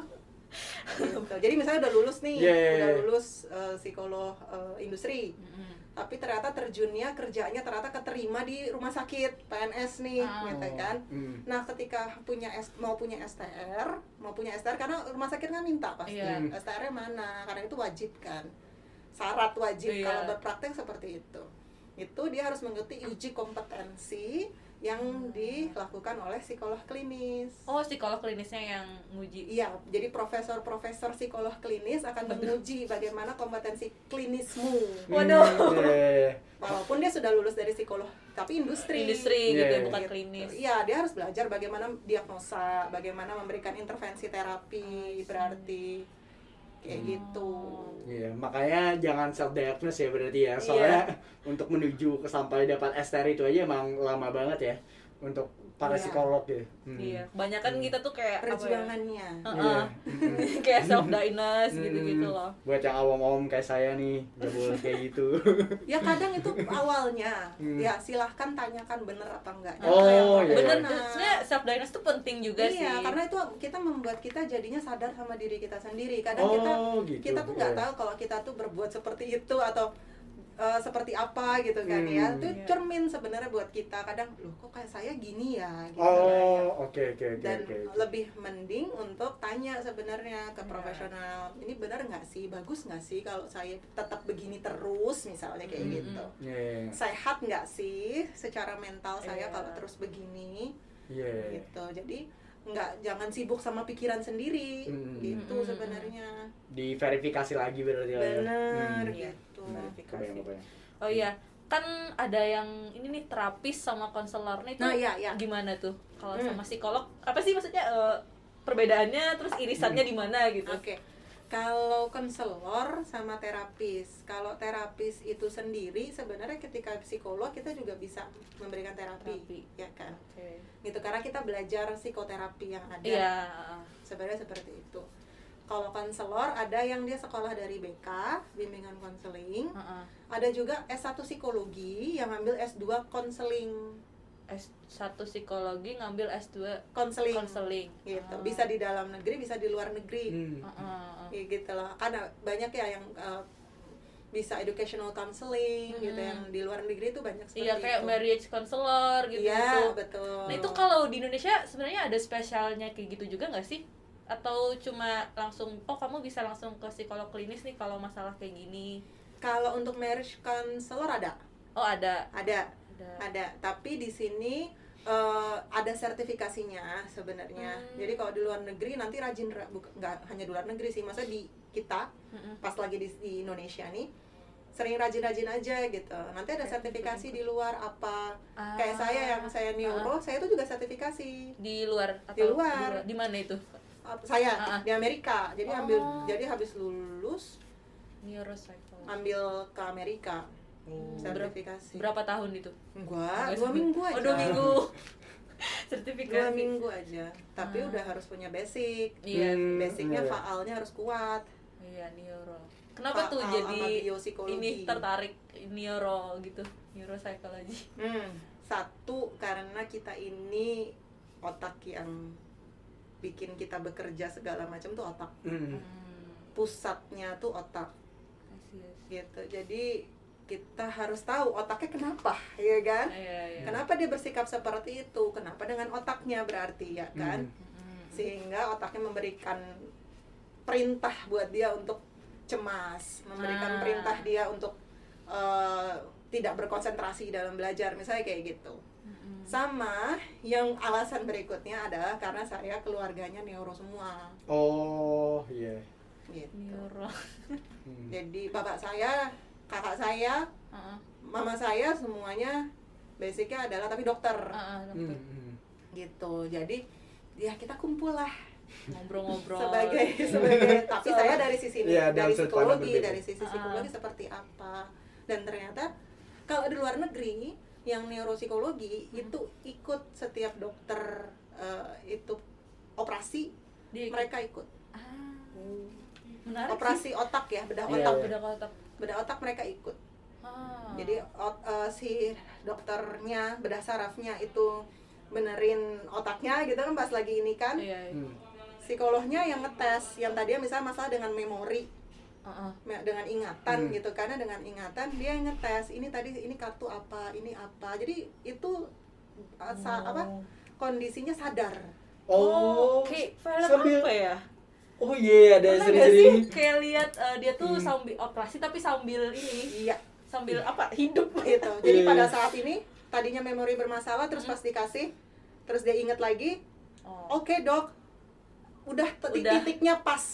Gitu. Jadi misalnya udah lulus nih, Yeah, yeah, udah yeah. lulus eh, psikolog eh, industri, Mm-mm. tapi ternyata terjunnya kerjanya ternyata keterima di rumah sakit P N S nih, Ah. gitu kan. Hmm. Nah, ketika punya S, mau punya S T R, mau punya S T R karena rumah sakit kan minta pasti. Iya. S T R-nya mana? Karena itu wajib kan. Syarat wajib Iya. kalau berpraktek seperti itu. Itu dia harus mengikuti uji kompetensi yang dilakukan oleh psikolog klinis. Oh, psikolog klinisnya yang nguji. Iya, jadi profesor-profesor psikolog klinis akan menguji bagaimana kompetensi klinismu. Waduh. Hmm, iya, iya. Walaupun dia sudah lulus dari psikolog, tapi industri. Industri gitu Iya, ya, iya. bukan Gitu. klinis. Iya, dia harus belajar bagaimana diagnosa, bagaimana memberikan intervensi terapi, berarti kayak Hmm. gitu. Iya, makanya jangan self diagnose ya berarti ya. Soalnya untuk menuju ke sampai dapat S T R itu aja emang lama banget ya untuk para Iya. psikolog ya. Hmm. Iya, banyak kan kita tuh kayak apa ya? Perjuangannya. Heeh. Iya. Kayak self diagnose Hmm. gitu-gitu loh. Buat yang awam-awam kayak saya nih, gak boleh kayak gitu. Ya kadang itu awalnya, Hmm. ya silahkan tanyakan bener apa enggak. Oh, Yang iya. Bener, benar. sebenarnya self diagnose tuh penting juga sih. Iya, karena itu kita membuat kita jadinya sadar sama diri kita sendiri. Kadang Oh, kita gitu. kita tuh nggak Iya. tahu kalau kita tuh berbuat seperti itu atau eh, seperti apa gitu kan Hmm. ya. Itu Iya. cermin sebenarnya buat kita. Kadang loh kok kayak saya gini ya gitu. Oh, oke oke oke Dan oke. oke. lebih mending untuk tanya sebenarnya ke Iya. profesional, ini benar nggak sih, bagus nggak sih kalau saya tetap begini terus misalnya kayak Mm-mm. gitu. Iya, iya, Sehat nggak sih secara mental saya Iya. kalau terus begini iya. gitu. Jadi nggak jangan sibuk sama pikiran sendiri Mm-mm. gitu Mm-mm. sebenarnya. Diverifikasi lagi berarti lah ya. Bener Hmm. gitu. Verifikasi. Kebayang, kebayang. Oh iya, kan ada yang ini nih terapis sama konselor nih tuh. Nah, iya, iya. Gimana tuh? Kalau Hmm. sama psikolog, apa sih maksudnya eh, perbedaannya, terus irisannya di mana gitu? Oke. Kalau konselor sama terapis, kalau terapis itu sendiri sebenarnya ketika psikolog kita juga bisa memberikan terapi, Terapi. ya kan? Oke. Gitu karena kita belajar psikoterapi yang ada. Iya. Sebenarnya seperti itu. Kalau konselor ada yang dia sekolah dari B K, bimbingan konseling. Heeh. Ada juga S satu psikologi yang ambil S dua konseling. S satu psikologi ngambil S dua konseling konseling gitu. Ah. Bisa di dalam negeri, bisa di luar negeri. Hmm. Ah, ah, ah. Ya, gitu loh. Karena banyak ya yang uh, bisa educational counseling Hmm. gitu, yang di luar negeri itu banyak seperti Iya kayak itu. marriage counselor gitu Iya, gitu. betul. Nah itu kalau di Indonesia sebenarnya ada spesialnya kayak gitu juga nggak sih? Atau cuma langsung oh kamu bisa langsung ke psikolog klinis nih kalau masalah kayak gini? Kalau untuk marriage counselor ada, Oh ada. ada, Ada. ada. Tapi di sini uh, ada sertifikasinya sebenarnya. Hmm. Jadi kalau di luar negeri nanti rajin, ra- bukan nggak hanya di luar negeri sih, maksudnya di kita Mm-mm. pas lagi di, di Indonesia nih sering rajin-rajin aja gitu. Nanti ada Kayak sertifikasi gitu. di luar apa. Ah. Kayak saya yang saya neuro, saya itu juga sertifikasi. Di luar atau Di luar. Di mana itu? Uh, saya Ah, ah. di Amerika. Jadi Oh. ambil jadi habis lulus Neuropsychology. ambil ke Amerika Oh. sertifikasi. Berapa tahun itu? Enggak, Enggak dua sih. minggu aja. Oh, dua minggu. Sertifikasi. Dua minggu aja. Tapi Ah. udah harus punya basic. Iya. Hmm, Basicnya iya. faalnya harus kuat. Iya, neuro. Kenapa tuh Faal jadi sama biopsikologi. ini tertarik neuro gitu, neuropsychology? Hmm, satu karena kita ini otak yang bikin kita bekerja segala macam tuh otak. Hmm. Hmm. Pusatnya tuh otak I see, I see. gitu. Jadi kita harus tahu otaknya kenapa, ya kan? Iya, iya. Kenapa dia bersikap seperti itu? Kenapa dengan otaknya berarti, ya kan? Hmm. Mm-mm. Sehingga otaknya memberikan perintah buat dia untuk cemas, memberikan Ah. perintah dia untuk uh, tidak berkonsentrasi dalam belajar, misalnya kayak gitu. Mm-mm. Sama yang alasan berikutnya adalah karena saya keluarganya neuro semua, Oh, iya. gitu. Neuro. Hmm. Jadi bapak saya, kakak saya, Heeh. mama saya semuanya basicnya adalah tapi dokter, Heeh, Hmm. dokter. Hmm. gitu. Jadi ya kita kumpul lah Ngobrol-ngobrol. sebagai sebagai tapi saya dari sisi Iya, dari dalam sudut pandang psikologi, berbeda. dari sisi psikologi Ah. seperti apa. Dan ternyata kalau di luar negeri yang neuropsikologi Hmm. itu ikut setiap dokter uh, itu operasi, Dia ikut. mereka ikut Ah. Menarik operasi sih. otak ya, bedah Iya, otak, iya. Bedah otak. bedah otak mereka ikut. Ah. Jadi ot- uh, si dokternya bedah sarafnya itu benerin otaknya gitu kan pas lagi ini kan. Iya, iya. Hmm. Psikolognya yang ngetes, yang tadinya misalnya masalah dengan memori, Heeh. me- dengan ingatan Hmm. gitu, karena dengan ingatan dia yang ngetes ini tadi ini kartu apa, ini apa, jadi itu uh, sa- apa kondisinya sadar. Oh, kayak film sambil- apa ya? Oh iya, ada Pernah nggak seri-seri. sih kayak lihat eh, dia tuh Hmm. sambil operasi tapi sambil ini Iya sambil apa hidup gitu. Jadi Iya. pada saat ini tadinya memori bermasalah, terus Hmm. pas dikasih, terus dia inget lagi, Oh. oke dok, udah titik Udah. titiknya pas,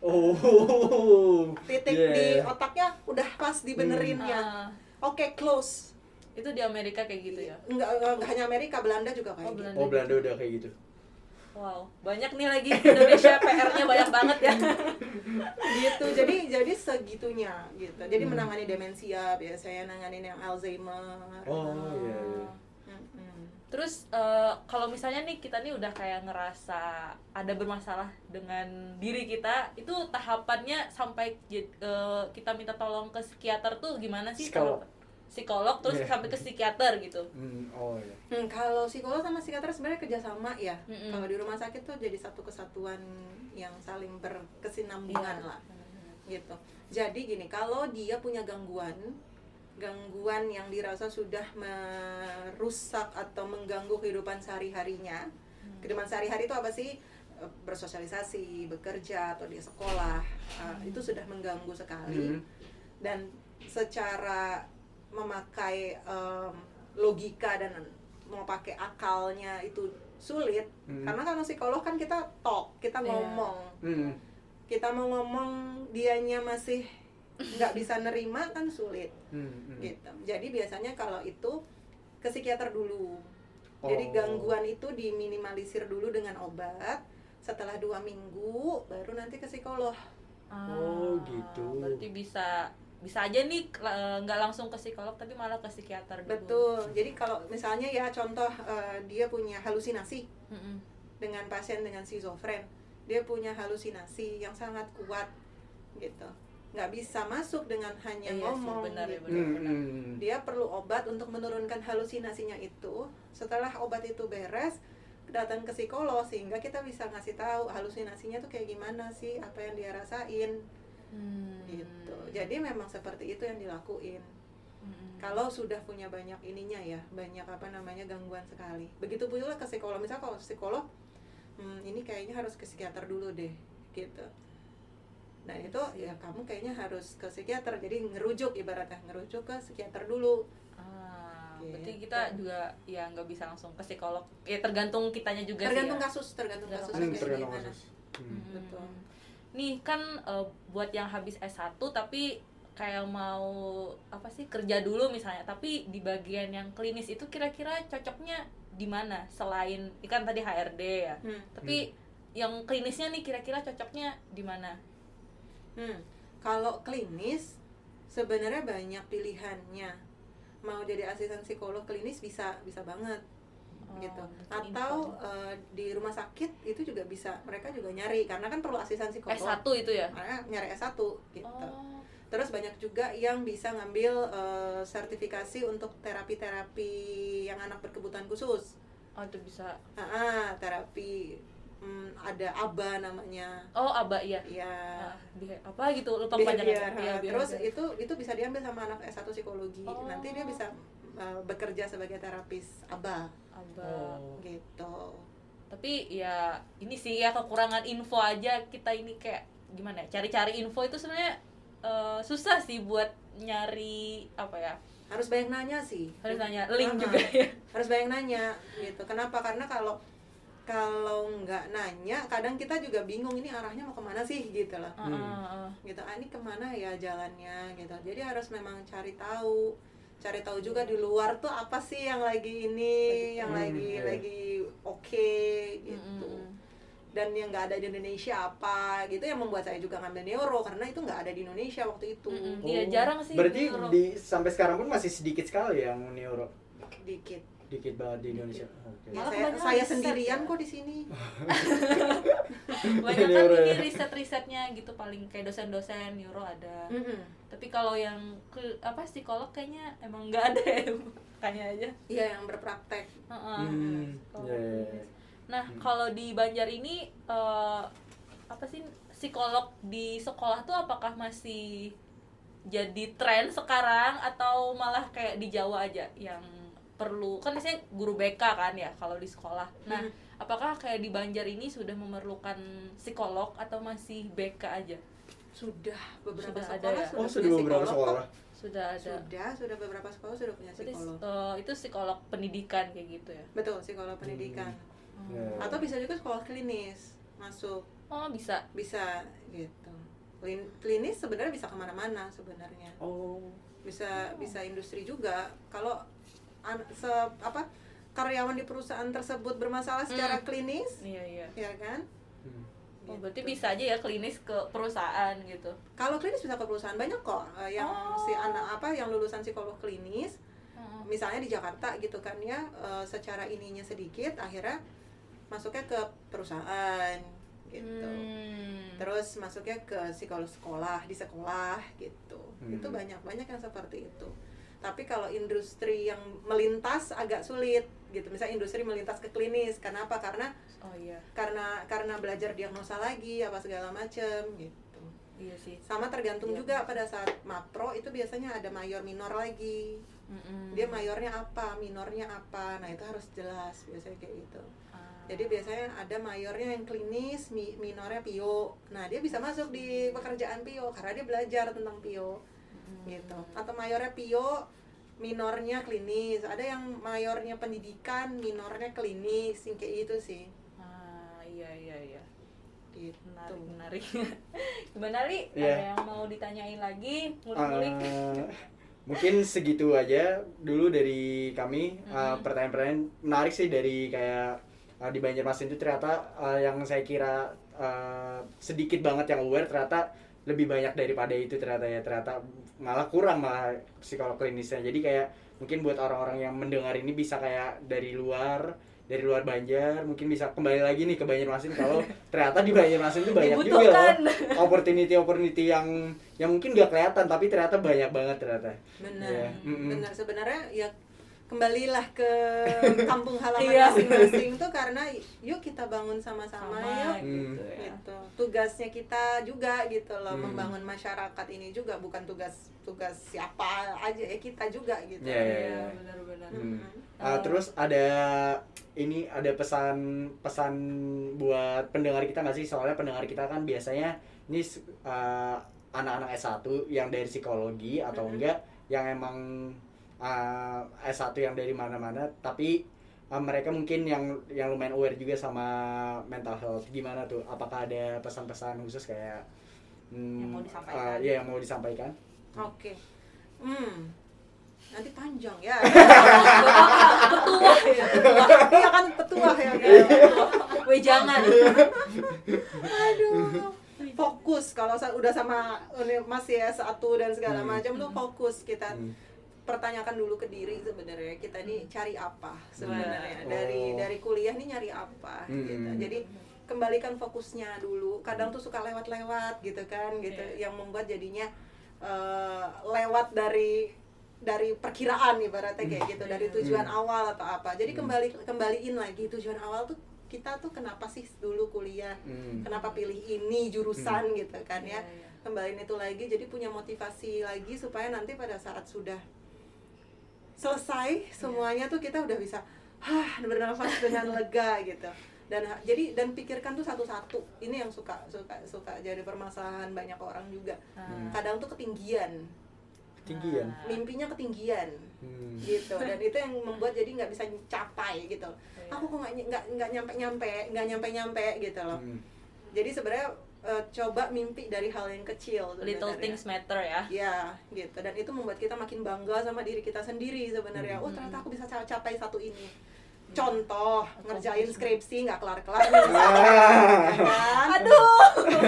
Oh. titik Yeah. di otaknya udah pas dibenerinnya. Ah, Oke close. itu di Amerika kayak gitu ya. Enggak, enggak hanya Amerika, Belanda juga kayak Oh, gitu. Belanda. Oh, Belanda udah kayak gitu. Wow, banyak nih lagi Indonesia P R-nya banyak banget ya. Gitu. Jadi jadi segitunya gitu. Jadi Hmm. menangani demensia, biasanya nanganin yang Alzheimer. Oh, iya, iya. Mm-mm. Terus eh, kalau misalnya nih kita nih udah kayak ngerasa ada bermasalah dengan diri kita, itu tahapannya sampai jid- eh, kita minta tolong ke psikiater tuh gimana sih? Psikolog. Tahap- Psikolog terus Iya. sampai ke psikiater gitu. Hmm, oh iya. Hmm, kalau psikolog sama psikiater sebenarnya kerjasama ya. Mm-mm. Kalau di rumah sakit tuh jadi satu kesatuan yang saling berkesinambungan Iya. lah, gitu. Jadi gini, kalau dia punya gangguan, gangguan yang dirasa sudah merusak atau mengganggu kehidupan sehari-harinya. Hmm. Kehidupan sehari-hari itu apa sih? E, Bersosialisasi, bekerja, atau dia sekolah, e, itu sudah mengganggu sekali. Hmm. Dan secara memakai em, logika dan mau pakai akalnya itu sulit. Hmm. Karena kalau psikolog kan kita talk, kita Iya. ngomong, Hmm. kita mau ngomong dianya masih nggak bisa nerima kan sulit, Hmm. Hmm. gitu. Jadi biasanya kalau itu ke psikiater dulu. Jadi Oh. gangguan itu diminimalisir dulu dengan obat. Setelah dua minggu baru nanti ke psikolog. Oh, gitu. Berarti bisa bisa aja nih eh, nggak langsung ke psikolog tapi malah ke psikiater dulu. Betul. Jadi kalau misalnya ya contoh eh, dia punya halusinasi Mm-mm. dengan pasien dengan skizofren, dia punya halusinasi yang sangat kuat gitu. nggak bisa masuk dengan hanya Iya sih, ngomong benar ya, gitu. benar. Hmm. Dia perlu obat untuk menurunkan halusinasinya itu. Setelah obat itu beres, datang ke psikolog sehingga kita bisa ngasih tahu halusinasinya tuh kayak gimana sih, apa yang dia rasain Hmm. gitu. Jadi memang seperti itu yang dilakuin. Hmm. Kalau sudah punya banyak ininya ya, banyak apa namanya gangguan sekali. Begitu pula ke psikolog. Misal kalau psikolog, hmm, ini kayaknya harus ke psikiater dulu deh, gitu. Nah itu ya kamu kayaknya harus ke psikiater. Jadi ngerujuk, ibaratnya ngerujuk ke psikiater dulu. Ah, Gitu. berarti kita juga ya nggak bisa langsung ke psikolog. Ya tergantung kitanya juga Tergantung sih ya. kasus, tergantung kasus Hmm, kayak tergantung gimana. kasus. Hmm. Hmm. Betul. Nih kan eh, buat yang habis S satu tapi kayak mau apa sih kerja dulu misalnya, tapi di bagian yang klinis itu kira-kira cocoknya di mana selain ikan tadi H R D ya. Hmm. Tapi yang klinisnya nih kira-kira cocoknya di mana? Hmm. Kalau klinis sebenarnya banyak pilihannya. Mau jadi asisten psikolog klinis bisa bisa banget Oh, gitu. berarti Atau info. eh, di rumah sakit itu juga bisa, mereka juga nyari karena kan perlu asisten psikolog. S satu itu ya? Mereka nyari S satu gitu. Oh. Terus banyak juga yang bisa ngambil eh, sertifikasi untuk terapi-terapi yang anak berkebutuhan khusus. Oh, itu bisa. Ah, ah, terapi hmm, ada A B A namanya. Oh, aba ya. Ya. Ah, beha- apa gitu lupa Behavior, kepanjangan. ha. Iya, Terus behavior. itu itu bisa diambil sama anak S satu psikologi. Oh. Nanti dia bisa uh, bekerja sebagai terapis A B A aba. Oh. gitu. Tapi ya ini sih ya kekurangan info aja kita ini kayak gimana ya? Cari-cari info itu sebenarnya eh, susah sih buat nyari apa ya? Harus banyak nanya sih. Harus nanya link Ah, juga ya. Harus banyak nanya gitu. Kenapa? Karena kalau kalau nggak nanya, kadang kita juga bingung ini arahnya mau kemana sih gitu loh. Ah, ah, ah. Gitu. Ah, ini kemana ya jalannya gitu. Jadi harus memang cari tahu. Cari tahu juga di luar tuh apa sih yang lagi ini, Lagi- yang Hmm, lagi iya. lagi oke gitu. Mm-mm. Dan yang nggak ada di Indonesia apa gitu, yang membuat saya juga ngambil neuro karena itu nggak ada di Indonesia waktu itu. Mm-mm. Oh. Iya, jarang sih Berarti neuro. di sampai sekarang pun masih sedikit sekali yang neuro. Dikit. Dikit banget di Indonesia. Oke. Ya, Malah saya kebanyakan saya riset sendirian ya. kok di sini. Banyak kan Neuro ini ya. riset-risetnya gitu, paling kayak dosen-dosen neuro ada. Mm-mm. Tapi kalau yang ke, apa psikolog kayaknya emang nggak ada ya. Kayaknya aja. Iya, yang berpraktek. Heeh. Hmm. Psikolog Ya, ya, ya. klinis. Nah, Hmm. kalau di Banjar ini eh, apa sih psikolog di sekolah tuh apakah masih jadi tren sekarang atau malah kayak di Jawa aja yang perlu, kan biasanya guru B K kan ya kalau di sekolah. Nah, Hmm. apakah kayak di Banjar ini sudah memerlukan psikolog atau masih B K aja? Sudah beberapa Sudah ada sekolah ya? sudah Oh, punya sudah beberapa psikolog sekolah. kok. Sudah ada. Sudah, sudah beberapa sekolah sudah punya Berarti psikolog. eh, itu psikolog pendidikan kayak gitu ya? Betul, psikolog pendidikan. Ya. Atau bisa juga sekolah klinis masuk, Oh, bisa. bisa gitu. Klin- Klinis sebenarnya bisa kemana-mana sebenarnya. Oh. Bisa bisa industri juga. Kalau an- se apa karyawan di perusahaan tersebut bermasalah secara Hmm. klinis, Iya, iya. ya kan? Hmm. Oh, Gitu. berarti bisa aja ya klinis ke perusahaan gitu. Kalau klinis bisa ke perusahaan, banyak kok eh, yang Oh. si anak apa yang lulusan psikolog klinis, Heeh. misalnya di Jakarta gitu kan ya, eh, secara ininya sedikit, akhirnya masuknya ke perusahaan gitu. Hmm. Terus masuknya ke psikolog sekolah, di sekolah gitu. Hmm. Itu banyak-banyak yang seperti itu. Tapi kalau industri yang melintas agak sulit gitu. Misalnya industri melintas ke klinis, kenapa? Karena Oh iya, karena karena belajar diagnosa lagi apa segala macem gitu. iya sih. Sama tergantung Iya. juga pada saat mapro itu biasanya ada mayor minor lagi. Mm-mm. Dia mayornya apa, minornya apa. Nah, itu harus jelas biasanya kayak gitu. Ah. Jadi biasanya ada mayornya yang klinis, mi- minornya pio. Nah, dia bisa masuk di pekerjaan pio karena dia belajar tentang pio Mm-mm. gitu. Atau mayornya pio, minornya klinis. Ada yang mayornya pendidikan, minornya klinis, yang kayak gitu sih. Ah, iya iya iya. Gitu. Menarik, menarik. Gimana Li? Iya. Ada yang mau ditanyain lagi? Ngulik-ngulik? Eh, mungkin segitu aja dulu dari kami. Eh, Mhm. pertanyaan-pertanyaan menarik sih dari kayak eh, di Banjarmasin itu ternyata eh, yang saya kira eh, sedikit banget yang aware, ternyata lebih banyak daripada itu ternyata ya, ternyata malah kurang malah psikolog klinisnya. Jadi kayak mungkin buat orang-orang yang mendengar ini bisa kayak dari luar dari luar Banjar mungkin bisa kembali lagi nih ke Banjarmasin kalau ternyata di Banjarmasin itu banyak juga Dibutuhkan. loh opportunity-opportunity yang yang mungkin gak kelihatan tapi ternyata banyak banget ternyata. Benar, Ya, mm-mm. benar sebenarnya ya kembalilah ke kampung halaman Iya. masing-masing tuh karena yuk kita bangun sama-sama Sama yuk gitu ya. gitu. Tugasnya kita juga gitu loh Hmm. membangun masyarakat ini juga bukan tugas tugas siapa aja ya kita juga gitu. Iya, iya, Iya, iya. benar-benar. Hmm. Mm-mm. Uh, terus ada ini ada pesan pesan buat pendengar kita nggak sih, soalnya pendengar kita kan biasanya ini uh, anak-anak S satu yang dari psikologi atau Mm-hmm. enggak yang emang uh, S satu yang dari mana-mana tapi uh, mereka mungkin yang yang lumayan aware juga sama mental health. Gimana tuh, apakah ada pesan-pesan khusus kayak hmm, Yang mau disampaikan? uh, ya yang mau disampaikan? Oke. Hmm. Nanti panjang ya. Petuah ya. Iya kan petuah ya. Weh jangan. Aduh. Fokus kalau sa- udah sama uni- masih S satu dan segala Hmm. macam tuh fokus kita. Hmm. Pertanyakan dulu ke diri sebenarnya kita nih cari apa sebenarnya Oh. dari dari kuliah nih nyari apa Hmm. gitu. Jadi kembalikan fokusnya dulu. Kadang tuh suka lewat-lewat gitu kan gitu Iya. yang membuat jadinya eh, lewat dari dari perkiraan ibaratnya kayak gitu, dari tujuan Hmm. awal atau apa. Jadi Hmm. kembali kembaliin lagi tujuan awal tuh kita tuh kenapa sih dulu kuliah? Hmm. Kenapa pilih ini jurusan gitu kan ya. Iya, iya. Kembaliin itu lagi jadi punya motivasi lagi supaya nanti pada saat sudah selesai semuanya tuh kita udah bisa hah bernafas dengan lega gitu. Dan ha- jadi dan pikirkan tuh satu-satu. Ini yang suka suka suka jadi permasalahan banyak orang juga. Hmm. Kadang tuh ketinggian, Tinggian. mimpinya ketinggian Hmm. gitu. Dan itu yang membuat jadi nggak bisa capai gitu. Aku kok nggak ny- nggak nggak nyampe nyampe nggak nyampe nyampe gitu loh. Hmm. Jadi sebenarnya eh, coba mimpi dari hal yang kecil Little sebenarnya. things matter ya. Ya, gitu. Dan itu membuat kita makin bangga sama diri kita sendiri sebenarnya. Hmm. Oh, ternyata aku bisa ca- capai satu ini. Contoh, Accomplishment. ngerjain skripsi nggak kelar-kelar nih. Ah. Ya kan? Aduh.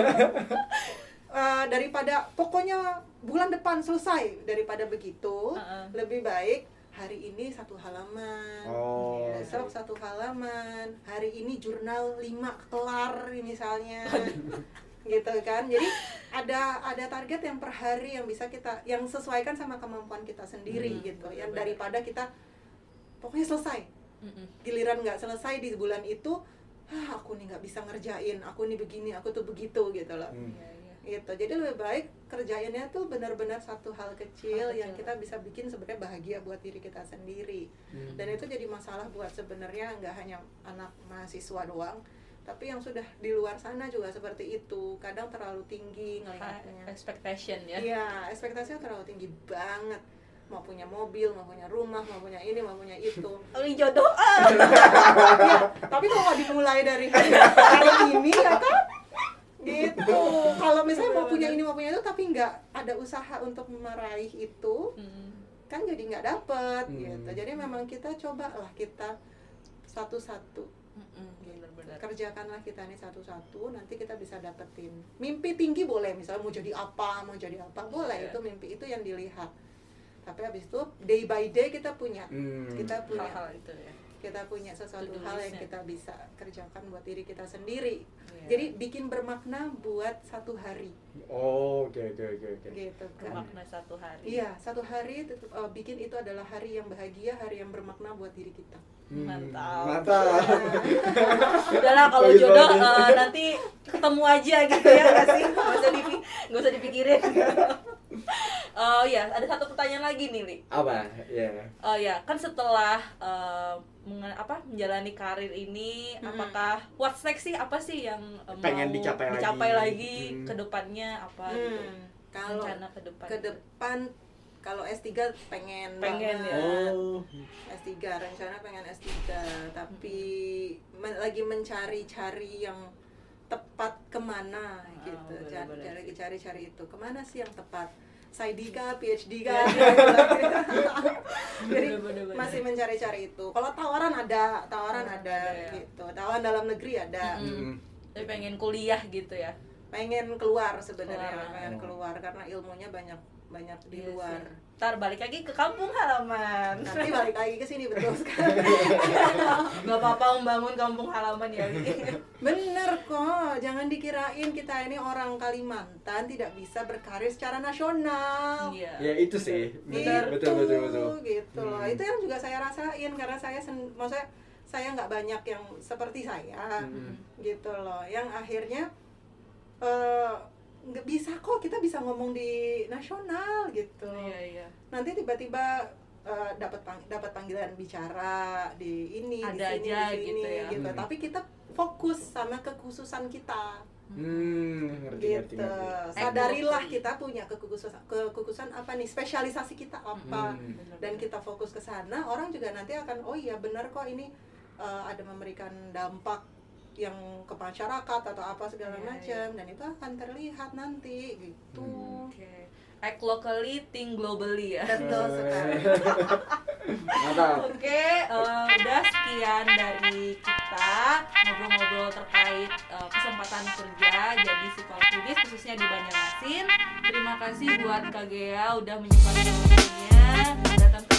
Eh, daripada pokoknya bulan depan selesai, daripada begitu, Uh-uh. lebih baik hari ini satu halaman. Oh. Besok satu halaman. Hari ini jurnal lima kelar misalnya. Gitu kan. Jadi ada ada target yang per hari yang bisa kita yang sesuaikan sama kemampuan kita sendiri Hmm, gitu. benar-benar. Yang daripada kita pokoknya selesai. Mm-mm. Giliran nggak selesai di bulan itu, ah aku nih nggak bisa ngerjain, aku nih begini, aku tuh begitu gitu loh. Hmm. Iya, iya. Gitu. Jadi lebih baik kerjainnya tuh benar-benar satu hal kecil Hal kecil. yang kita bisa bikin sebenarnya bahagia buat diri kita sendiri. Hmm. Dan itu jadi masalah buat sebenarnya nggak hanya anak mahasiswa doang, tapi yang sudah di luar sana juga seperti itu. Kadang terlalu tinggi ngelihatnya. High expectation ya. Iya, ekspektasinya terlalu tinggi banget. Mau punya mobil, mau punya rumah, mau punya ini, mau punya itu. Oh, ini jodoh. Ah. Ya, tapi kalau nggak dimulai dari hari, hari ini ya kan gitu. Kalau misalnya mau punya ini mau punya itu tapi nggak ada usaha untuk meraih itu, Mm. kan jadi nggak dapet Hmm. gitu. Jadi memang kita cobalah kita satu-satu Mm-mm, benar-benar. kerjakanlah kita nih satu-satu, nanti kita bisa dapetin mimpi tinggi. Boleh misalnya mau jadi apa, mau jadi apa boleh, Iya. itu mimpi itu yang dilihat. Tapi habis itu day by day kita punya Hmm. kita punya Hal-hal itu ya. kita punya sesuatu To-do hal yang list-nya. kita bisa kerjakan buat diri kita sendiri. Iya. Jadi bikin bermakna buat satu hari Oh, oke oke oke oke. gitu kan. Makna satu hari. Iya, satu hari itu, uh, bikin itu adalah hari yang bahagia, hari yang bermakna buat diri kita. Hmm. Mantap. Mantap. Udahlah kalau Bagus jodoh banget. eh, nanti ketemu aja gitu ya nggak sih? Nggak usah dipi- nggak usah dipikirin. Oh ya, ada satu pertanyaan lagi nih, Li. Apa? Ya. Oh ya, kan setelah eh, mengen- apa menjalani karir ini, Hmm. apakah what's next sih? Apa sih yang eh, Pengen mau dicapai lagi. dicapai lagi Hmm. ke depannya apa gitu? Hmm, kalau Rencana ke depan. ke depan kalau S tiga pengen Pengen banget. ya. Oh. S tiga rencana pengen S tiga, tapi men- lagi mencari-cari yang tepat kemana Ah, gitu. boleh, Cari- boleh cari sih. cari-cari itu. Kemana sih yang tepat? Side kah, PhD kah? Jadi Bener-bener. masih mencari-cari itu. Kalau tawaran ada, tawaran Ah, ada ada ya. gitu. Tawaran dalam negeri ada. Mm-mm. Hmm. Tapi pengen kuliah gitu ya. Pengen keluar sebenarnya, Keluar. pengen Oh. keluar karena ilmunya banyak banyak di Iya luar. sih. Ntar balik lagi ke kampung halaman. Nanti balik lagi ke sini, betul sekali. Gak apa-apa membangun kampung halaman ya. Bener kok, jangan dikirain kita ini orang Kalimantan tidak bisa berkarir secara nasional. Iya. Ya itu sih. Benar. Betul betul betul. Gitu loh. Hmm. Itu yang juga saya rasain karena saya sen- maksudnya saya nggak banyak yang seperti saya, Hmm. gitu loh. Yang akhirnya eh, nggak bisa kok kita bisa ngomong di nasional gitu. Iya, iya. Nanti tiba-tiba eh, dapat pang- dapat panggilan bicara di ini, Ada di sini, aja di sini, gitu ya. gitu. Hmm. Tapi kita fokus sama kekhususan kita. Hmm, ngerti ngerti Gitu. ngerti. Sadarilah kita punya kekhususan kekhususan apa nih, spesialisasi kita apa. Hmm. Dan kita fokus ke sana, orang juga nanti akan oh iya benar kok ini uh, ada memberikan dampak yang ke masyarakat atau apa segala Iya, macam, dan itu akan terlihat nanti gitu. Hmm. Oke. Act locally, think globally ya. Betul sekali. Mantap. Oke, eh, udah sekian dari kita ngobrol-ngobrol terkait eh, kesempatan kerja jadi psikolog klinis khususnya di Banjarmasin. Terima kasih buat Kak Ghea udah menyempatkan waktunya datang ke